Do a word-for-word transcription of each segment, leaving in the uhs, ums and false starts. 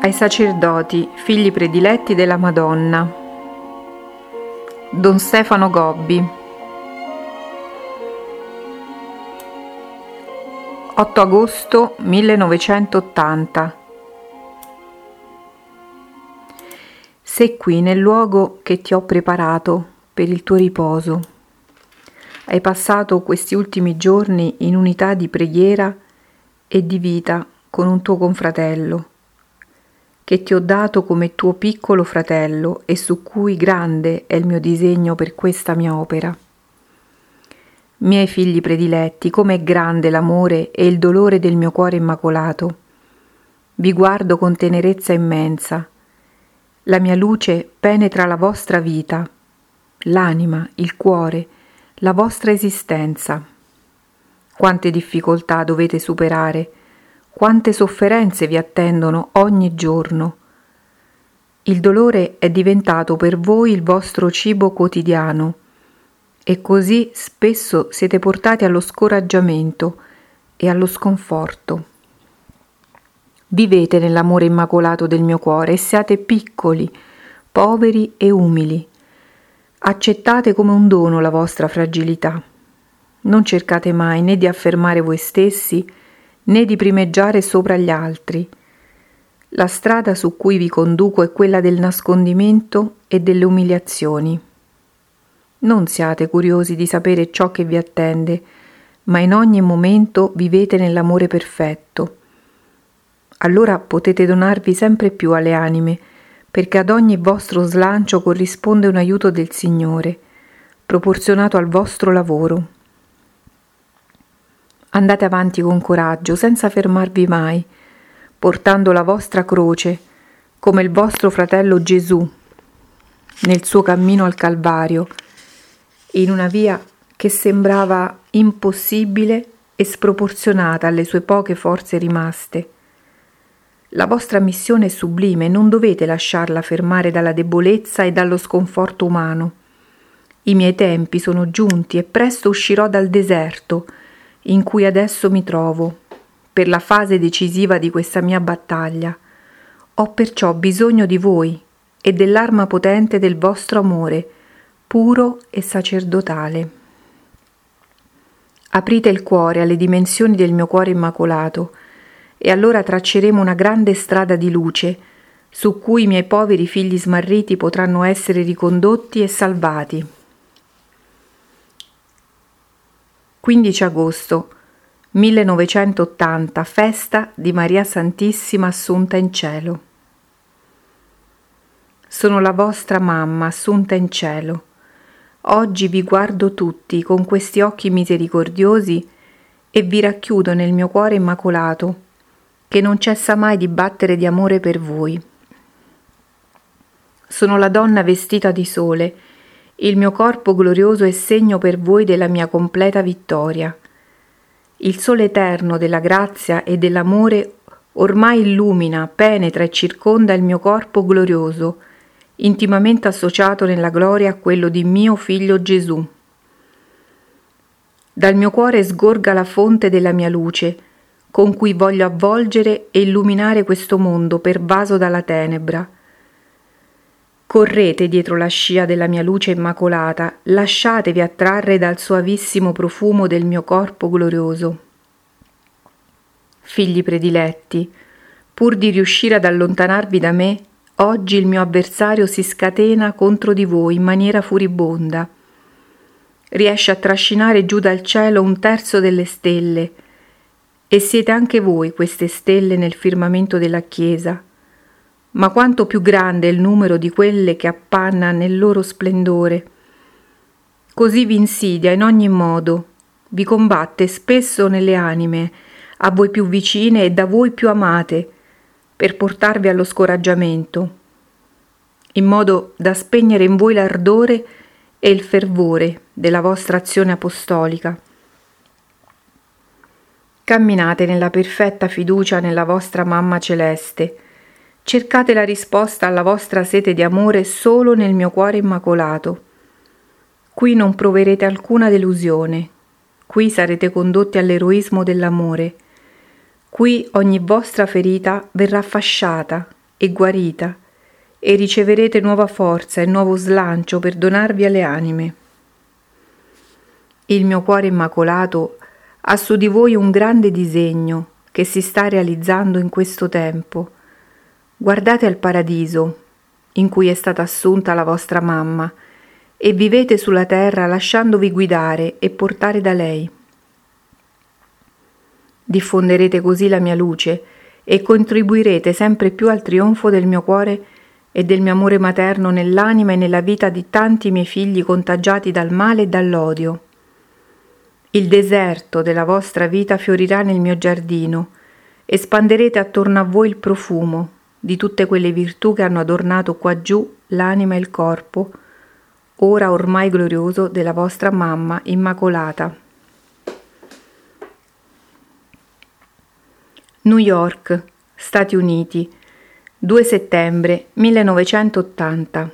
Ai sacerdoti, figli prediletti della Madonna. Don Stefano Gobbi. otto agosto millenovecentottanta. Sei qui nel luogo che ti ho preparato per il tuo riposo. Hai passato questi ultimi giorni in unità di preghiera e di vita con un tuo confratello, che ti ho dato come tuo piccolo fratello e su cui grande è il mio disegno per questa mia opera. Miei figli prediletti, com'è grande l'amore e il dolore del mio cuore immacolato. Vi guardo con tenerezza immensa. La mia luce penetra la vostra vita, l'anima, il cuore, la vostra esistenza. Quante difficoltà dovete superare, quante sofferenze vi attendono ogni giorno. Il dolore è diventato per voi il vostro cibo quotidiano e così spesso siete portati allo scoraggiamento e allo sconforto. Vivete nell'amore immacolato del mio cuore e siate piccoli, poveri e umili. Accettate come un dono la vostra fragilità. Non cercate mai né di affermare voi stessi né di primeggiare sopra gli altri. La strada su cui vi conduco è quella del nascondimento e delle umiliazioni. Non siate curiosi di sapere ciò che vi attende, ma in ogni momento vivete nell'amore perfetto. Allora potete donarvi sempre più alle anime, perché ad ogni vostro slancio corrisponde un aiuto del Signore, proporzionato al vostro lavoro. Andate avanti con coraggio, senza fermarvi mai, portando la vostra croce, come il vostro fratello Gesù, nel suo cammino al Calvario, in una via che sembrava impossibile e sproporzionata alle sue poche forze rimaste. La vostra missione è sublime, non dovete lasciarla fermare dalla debolezza e dallo sconforto umano. I miei tempi sono giunti e presto uscirò dal deserto in cui adesso mi trovo, per la fase decisiva di questa mia battaglia. Ho perciò bisogno di voi e dell'arma potente del vostro amore, puro e sacerdotale. Aprite il cuore alle dimensioni del mio cuore immacolato e allora tracceremo una grande strada di luce su cui i miei poveri figli smarriti potranno essere ricondotti e salvati. quindici agosto millenovecentottanta, festa di Maria Santissima Assunta in cielo. Sono la vostra mamma assunta in cielo. Oggi vi guardo tutti con questi occhi misericordiosi e vi racchiudo nel mio cuore immacolato, che non cessa mai di battere di amore per voi. Sono la donna vestita di sole. Il mio corpo glorioso è segno per voi della mia completa vittoria. Il sole eterno della grazia e dell'amore ormai illumina, penetra e circonda il mio corpo glorioso, intimamente associato nella gloria a quello di mio figlio Gesù. Dal mio cuore sgorga la fonte della mia luce, con cui voglio avvolgere e illuminare questo mondo pervaso dalla tenebra. Correte dietro la scia della mia luce immacolata, lasciatevi attrarre dal soavissimo profumo del mio corpo glorioso. Figli prediletti, pur di riuscire ad allontanarvi da me, oggi il mio avversario si scatena contro di voi in maniera furibonda. Riesce a trascinare giù dal cielo un terzo delle stelle, e siete anche voi queste stelle nel firmamento della Chiesa. Ma quanto più grande è il numero di quelle che appanna nel loro splendore. Così vi insidia in ogni modo, vi combatte spesso nelle anime, a voi più vicine e da voi più amate, per portarvi allo scoraggiamento, in modo da spegnere in voi l'ardore e il fervore della vostra azione apostolica. Camminate nella perfetta fiducia nella vostra Mamma Celeste. Cercate la risposta alla vostra sete di amore solo nel mio cuore immacolato. Qui non proverete alcuna delusione. Qui sarete condotti all'eroismo dell'amore. Qui ogni vostra ferita verrà fasciata e guarita, e riceverete nuova forza e nuovo slancio per donarvi alle anime. Il mio cuore immacolato ha su di voi un grande disegno che si sta realizzando in questo tempo. Guardate al paradiso in cui è stata assunta la vostra mamma e vivete sulla terra lasciandovi guidare e portare da lei. Diffonderete così la mia luce e contribuirete sempre più al trionfo del mio cuore e del mio amore materno nell'anima e nella vita di tanti miei figli contagiati dal male e dall'odio. Il deserto della vostra vita fiorirà nel mio giardino, espanderete attorno a voi il profumo di tutte quelle virtù che hanno adornato qua giù l'anima e il corpo, ora ormai glorioso della vostra mamma immacolata. New York, Stati Uniti, due settembre millenovecentottanta.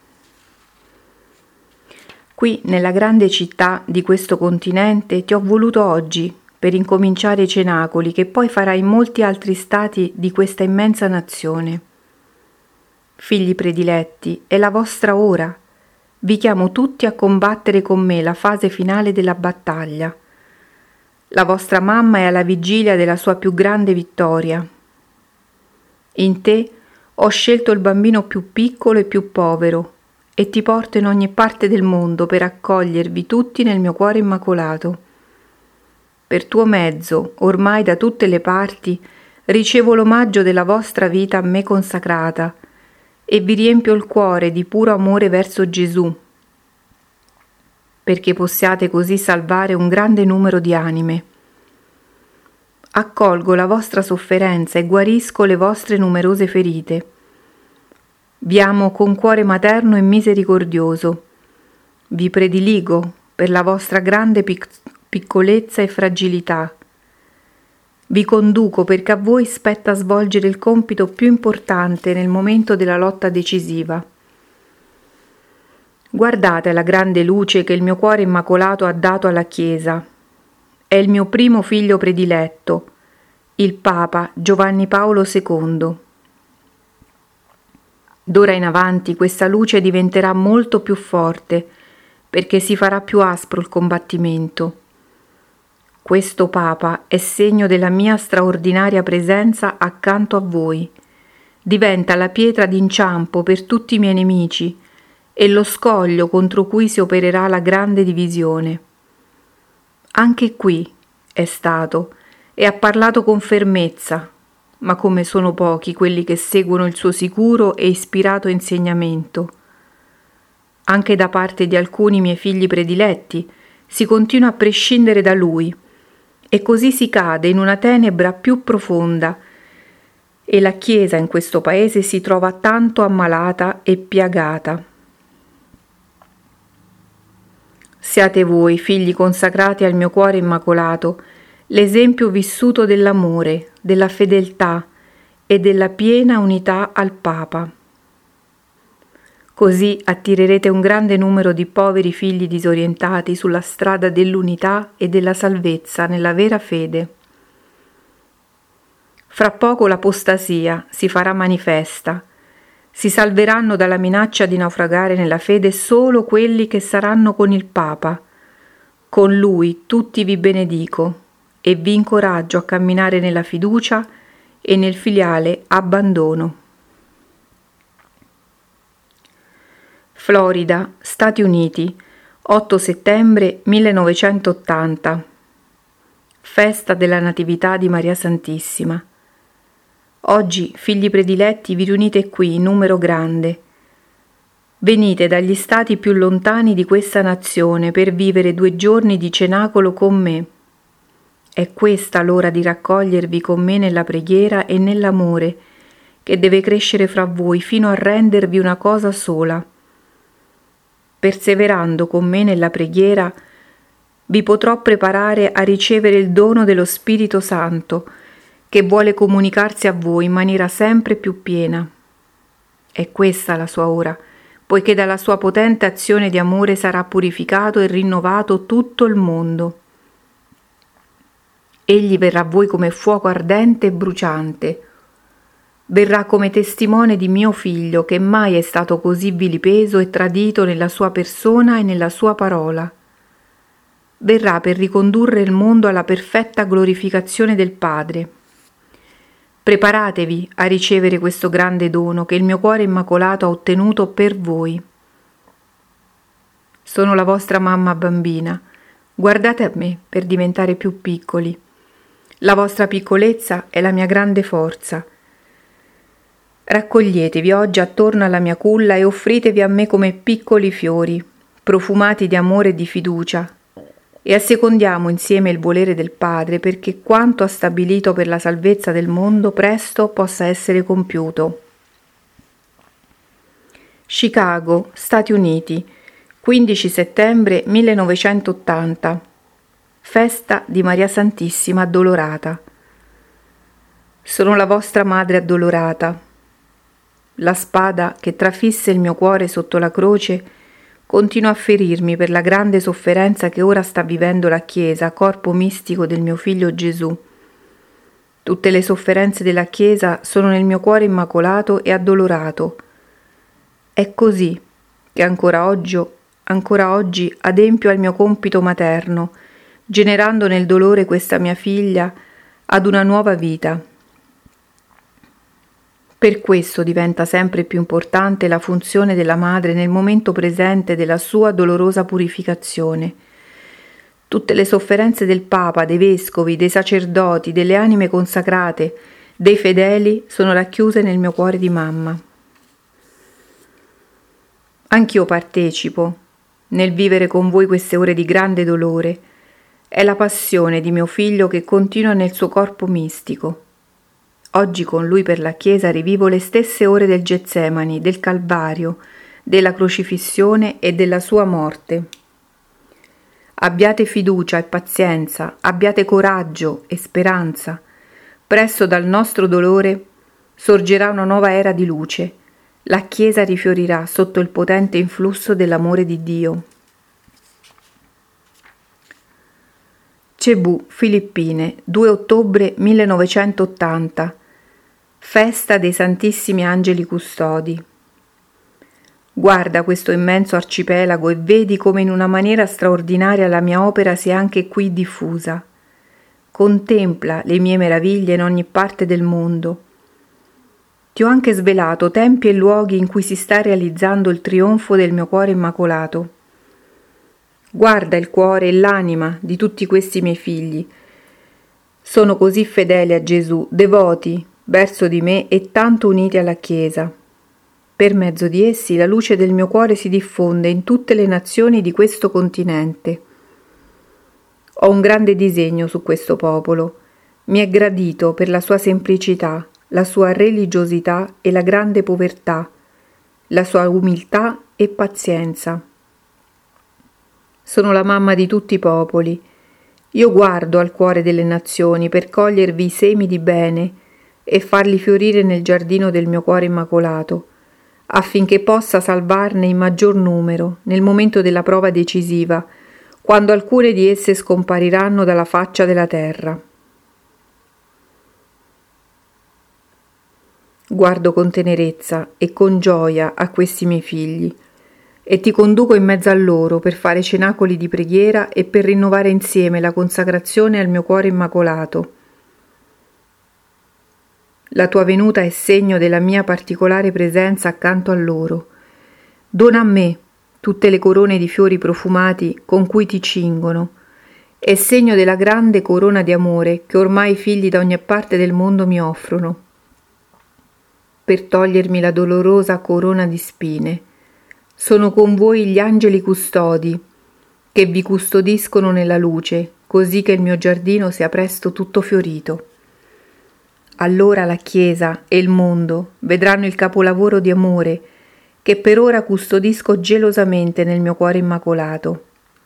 Qui, nella grande città di questo continente, ti ho voluto oggi per incominciare i cenacoli che poi farai in molti altri stati di questa immensa nazione. Figli prediletti, è la vostra ora. Vi chiamo tutti a combattere con me la fase finale della battaglia. La vostra mamma è alla vigilia della sua più grande vittoria. In te ho scelto il bambino più piccolo e più povero e ti porto in ogni parte del mondo per accogliervi tutti nel mio cuore immacolato. Per tuo mezzo, ormai da tutte le parti, ricevo l'omaggio della vostra vita a me consacrata e vi riempio il cuore di puro amore verso Gesù, perché possiate così salvare un grande numero di anime. Accolgo la vostra sofferenza e guarisco le vostre numerose ferite. Vi amo con cuore materno e misericordioso. Vi prediligo per la vostra grande pic- piccolezza e fragilità. Vi conduco perché a voi spetta svolgere il compito più importante nel momento della lotta decisiva. Guardate la grande luce che il mio cuore immacolato ha dato alla Chiesa. È il mio primo figlio prediletto, il Papa Giovanni Paolo secondo. D'ora in avanti questa luce diventerà molto più forte, perché si farà più aspro il combattimento. Questo Papa è segno della mia straordinaria presenza accanto a voi. Diventa la pietra d'inciampo per tutti i miei nemici e lo scoglio contro cui si opererà la grande divisione. Anche qui è stato e ha parlato con fermezza, ma come sono pochi quelli che seguono il suo sicuro e ispirato insegnamento. Anche da parte di alcuni miei figli prediletti si continua a prescindere da lui e così si cade in una tenebra più profonda e la Chiesa in questo paese si trova tanto ammalata e piagata. Siate voi, figli consacrati al mio cuore immacolato, l'esempio vissuto dell'amore, della fedeltà e della piena unità al Papa. Così attirerete un grande numero di poveri figli disorientati sulla strada dell'unità e della salvezza nella vera fede. Fra poco l'apostasia si farà manifesta. Si salveranno dalla minaccia di naufragare nella fede solo quelli che saranno con il Papa. Con lui tutti vi benedico e vi incoraggio a camminare nella fiducia e nel filiale abbandono. Florida, Stati Uniti, otto settembre millenovecentottanta. Festa della Natività di Maria Santissima. Oggi, figli prediletti, vi riunite qui in numero grande. Venite dagli stati più lontani di questa nazione per vivere due giorni di cenacolo con me. È questa l'ora di raccogliervi con me nella preghiera e nell'amore, che deve crescere fra voi fino a rendervi una cosa sola. Perseverando con me nella preghiera, vi potrò preparare a ricevere il dono dello Spirito Santo, che vuole comunicarsi a voi in maniera sempre più piena. È questa la sua ora, poiché dalla sua potente azione di amore sarà purificato e rinnovato tutto il mondo. Egli verrà a voi come fuoco ardente e bruciante. Verrà come testimone di mio figlio che mai è stato così vilipeso e tradito nella sua persona e nella sua parola. Verrà per ricondurre il mondo alla perfetta glorificazione del Padre. Preparatevi a ricevere questo grande dono che il mio cuore immacolato ha ottenuto per voi. Sono la vostra mamma bambina. Guardate a me per diventare più piccoli. La vostra piccolezza è la mia grande forza. Raccoglietevi oggi attorno alla mia culla e offritevi a me come piccoli fiori, profumati di amore e di fiducia, e assecondiamo insieme il volere del Padre perché quanto ha stabilito per la salvezza del mondo presto possa essere compiuto. Chicago, Stati Uniti, quindici settembre millenovecentottanta. Festa di Maria Santissima Addolorata. Sono la vostra madre addolorata. La spada che trafisse il mio cuore sotto la croce continua a ferirmi per la grande sofferenza che ora sta vivendo la Chiesa, corpo mistico del mio figlio Gesù. Tutte le sofferenze della Chiesa sono nel mio cuore immacolato e addolorato. È così che ancora oggi, ancora oggi adempio al mio compito materno, generando nel dolore questa mia figlia ad una nuova vita. Per questo diventa sempre più importante la funzione della madre nel momento presente della sua dolorosa purificazione. Tutte le sofferenze del Papa, dei vescovi, dei sacerdoti, delle anime consacrate, dei fedeli sono racchiuse nel mio cuore di mamma. Anch'io partecipo nel vivere con voi queste ore di grande dolore. È la passione di mio figlio che continua nel suo corpo mistico. Oggi con lui per la Chiesa rivivo le stesse ore del Getsemani, del Calvario, della crocifissione e della sua morte. Abbiate fiducia e pazienza, abbiate coraggio e speranza. Presto dal nostro dolore sorgerà una nuova era di luce. La Chiesa rifiorirà sotto il potente influsso dell'amore di Dio. Cebù, Filippine, due ottobre millenovecentottanta. Festa dei Santissimi Angeli Custodi. Guarda questo immenso arcipelago e vedi come in una maniera straordinaria la mia opera sia anche qui diffusa. Contempla le mie meraviglie in ogni parte del mondo. Ti ho anche svelato tempi e luoghi in cui si sta realizzando il trionfo del mio cuore immacolato. Guarda il cuore e l'anima di tutti questi miei figli. Sono così fedeli a Gesù, devoti verso di me e tanto uniti alla Chiesa. Per mezzo di essi la luce del mio cuore si diffonde in tutte le nazioni di questo continente. Ho un grande disegno su questo popolo. Mi è gradito per la sua semplicità, la sua religiosità e la grande povertà, la sua umiltà e pazienza. Sono la mamma di tutti i popoli. Io guardo al cuore delle nazioni per cogliervi i semi di bene e farli fiorire nel giardino del mio cuore immacolato, affinché possa salvarne in maggior numero nel momento della prova decisiva, quando alcune di esse scompariranno dalla faccia della terra. Guardo con tenerezza e con gioia a questi miei figli e ti conduco in mezzo a loro per fare cenacoli di preghiera e per rinnovare insieme la consacrazione al mio cuore immacolato. La tua venuta è segno della mia particolare presenza accanto a loro. Dona a me tutte le corone di fiori profumati con cui ti cingono. È segno della grande corona di amore che ormai i figli da ogni parte del mondo mi offrono, per togliermi la dolorosa corona di spine. Sono con voi gli angeli custodi, che vi custodiscono nella luce, così che il mio giardino sia presto tutto fiorito. Allora la Chiesa e il mondo vedranno il capolavoro di amore che per ora custodisco gelosamente nel mio cuore immacolato.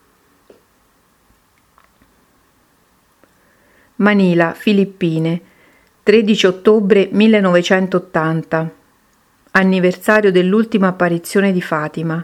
Manila, Filippine, tredici ottobre millenovecentottanta. Anniversario dell'ultima apparizione di Fatima.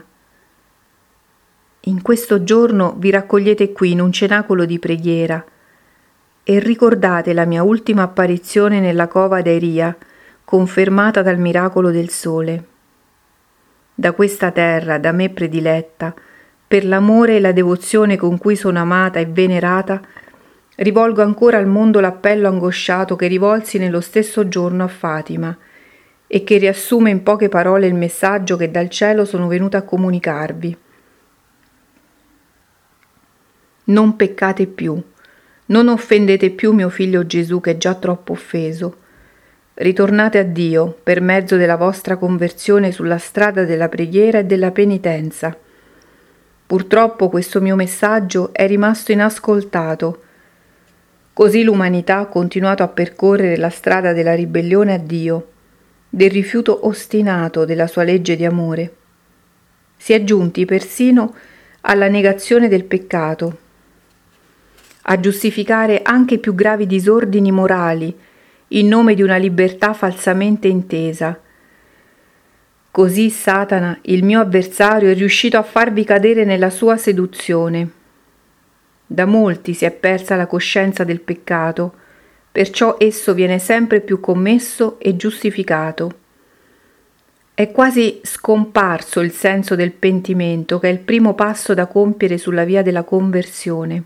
In questo giorno vi raccogliete qui in un cenacolo di preghiera e ricordate la mia ultima apparizione nella cova d'Airia, confermata dal miracolo del sole. Da questa terra, da me prediletta, per l'amore e la devozione con cui sono amata e venerata, rivolgo ancora al mondo l'appello angosciato che rivolsi nello stesso giorno a Fatima e che riassume in poche parole il messaggio che dal cielo sono venuta a comunicarvi. Non peccate più, non offendete più mio figlio Gesù che è già troppo offeso. Ritornate a Dio per mezzo della vostra conversione sulla strada della preghiera e della penitenza. Purtroppo questo mio messaggio è rimasto inascoltato. Così l'umanità ha continuato a percorrere la strada della ribellione a Dio, del rifiuto ostinato della sua legge di amore. Si è giunti persino alla negazione del peccato, a giustificare anche i più gravi disordini morali in nome di una libertà falsamente intesa. Così Satana, il mio avversario, è riuscito a farvi cadere nella sua seduzione. Da molti si è persa la coscienza del peccato, perciò esso viene sempre più commesso e giustificato. È quasi scomparso il senso del pentimento, che è il primo passo da compiere sulla via della conversione.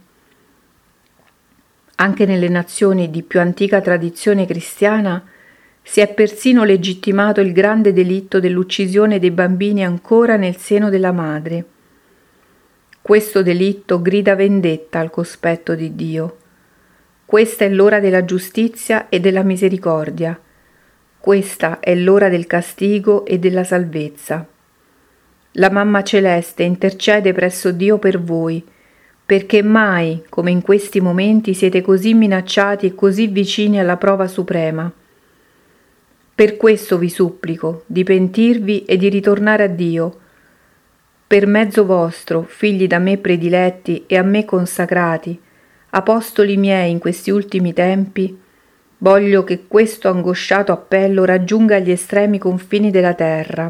Anche nelle nazioni di più antica tradizione cristiana si è persino legittimato il grande delitto dell'uccisione dei bambini ancora nel seno della madre. Questo delitto grida vendetta al cospetto di Dio. Questa è l'ora della giustizia e della misericordia. Questa è l'ora del castigo e della salvezza. La Mamma Celeste intercede presso Dio per voi, perché mai, come in questi momenti, siete così minacciati e così vicini alla prova suprema. Per questo vi supplico di pentirvi e di ritornare a Dio. Per mezzo vostro, figli da me prediletti e a me consacrati, apostoli miei in questi ultimi tempi, voglio che questo angosciato appello raggiunga gli estremi confini della terra.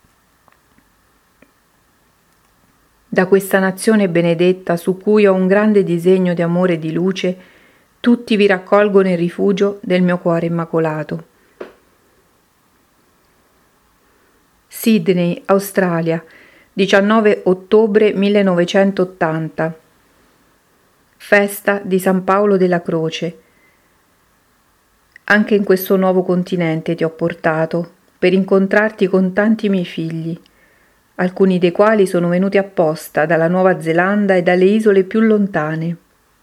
Da questa nazione benedetta, su cui ho un grande disegno di amore e di luce, tutti vi raccolgo nel rifugio del mio cuore immacolato. Sydney, Australia, diciannove ottobre millenovecentottanta. Festa di San Paolo della Croce. Anche in questo nuovo continente ti ho portato, per incontrarti con tanti miei figli, alcuni dei quali sono venuti apposta dalla Nuova Zelanda e dalle isole più lontane.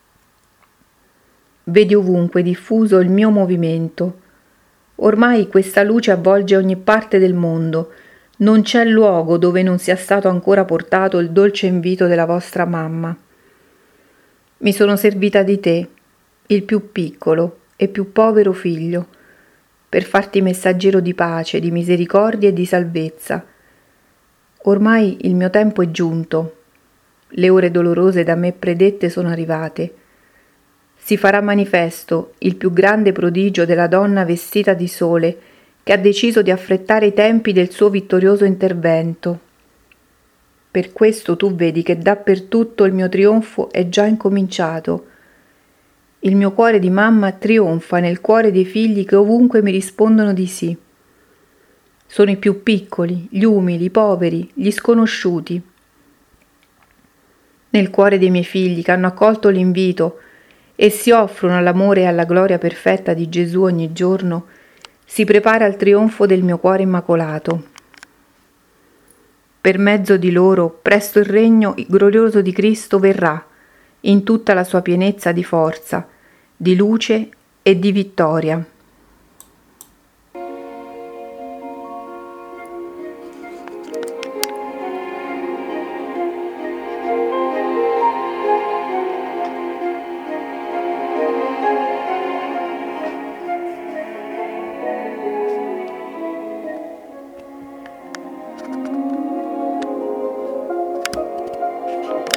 Vedi ovunque diffuso il mio movimento. Ormai questa luce avvolge ogni parte del mondo. Non c'è luogo dove non sia stato ancora portato il dolce invito della vostra mamma. Mi sono servita di te, il più piccolo e più povero figlio, per farti messaggero di pace, di misericordia e di salvezza. Ormai il mio tempo è giunto, le ore dolorose da me predette sono arrivate. Si farà manifesto il più grande prodigio della donna vestita di sole, che ha deciso di affrettare i tempi del suo vittorioso intervento. Per questo tu vedi che dappertutto il mio trionfo è già incominciato. Il mio cuore di mamma trionfa nel cuore dei figli che ovunque mi rispondono di sì. Sono i più piccoli, gli umili, i poveri, gli sconosciuti. Nel cuore dei miei figli che hanno accolto l'invito e si offrono all'amore e alla gloria perfetta di Gesù ogni giorno, si prepara il trionfo del mio cuore immacolato. Per mezzo di loro, presto il regno glorioso di Cristo verrà, in tutta la sua pienezza di forza, di luce e di vittoria.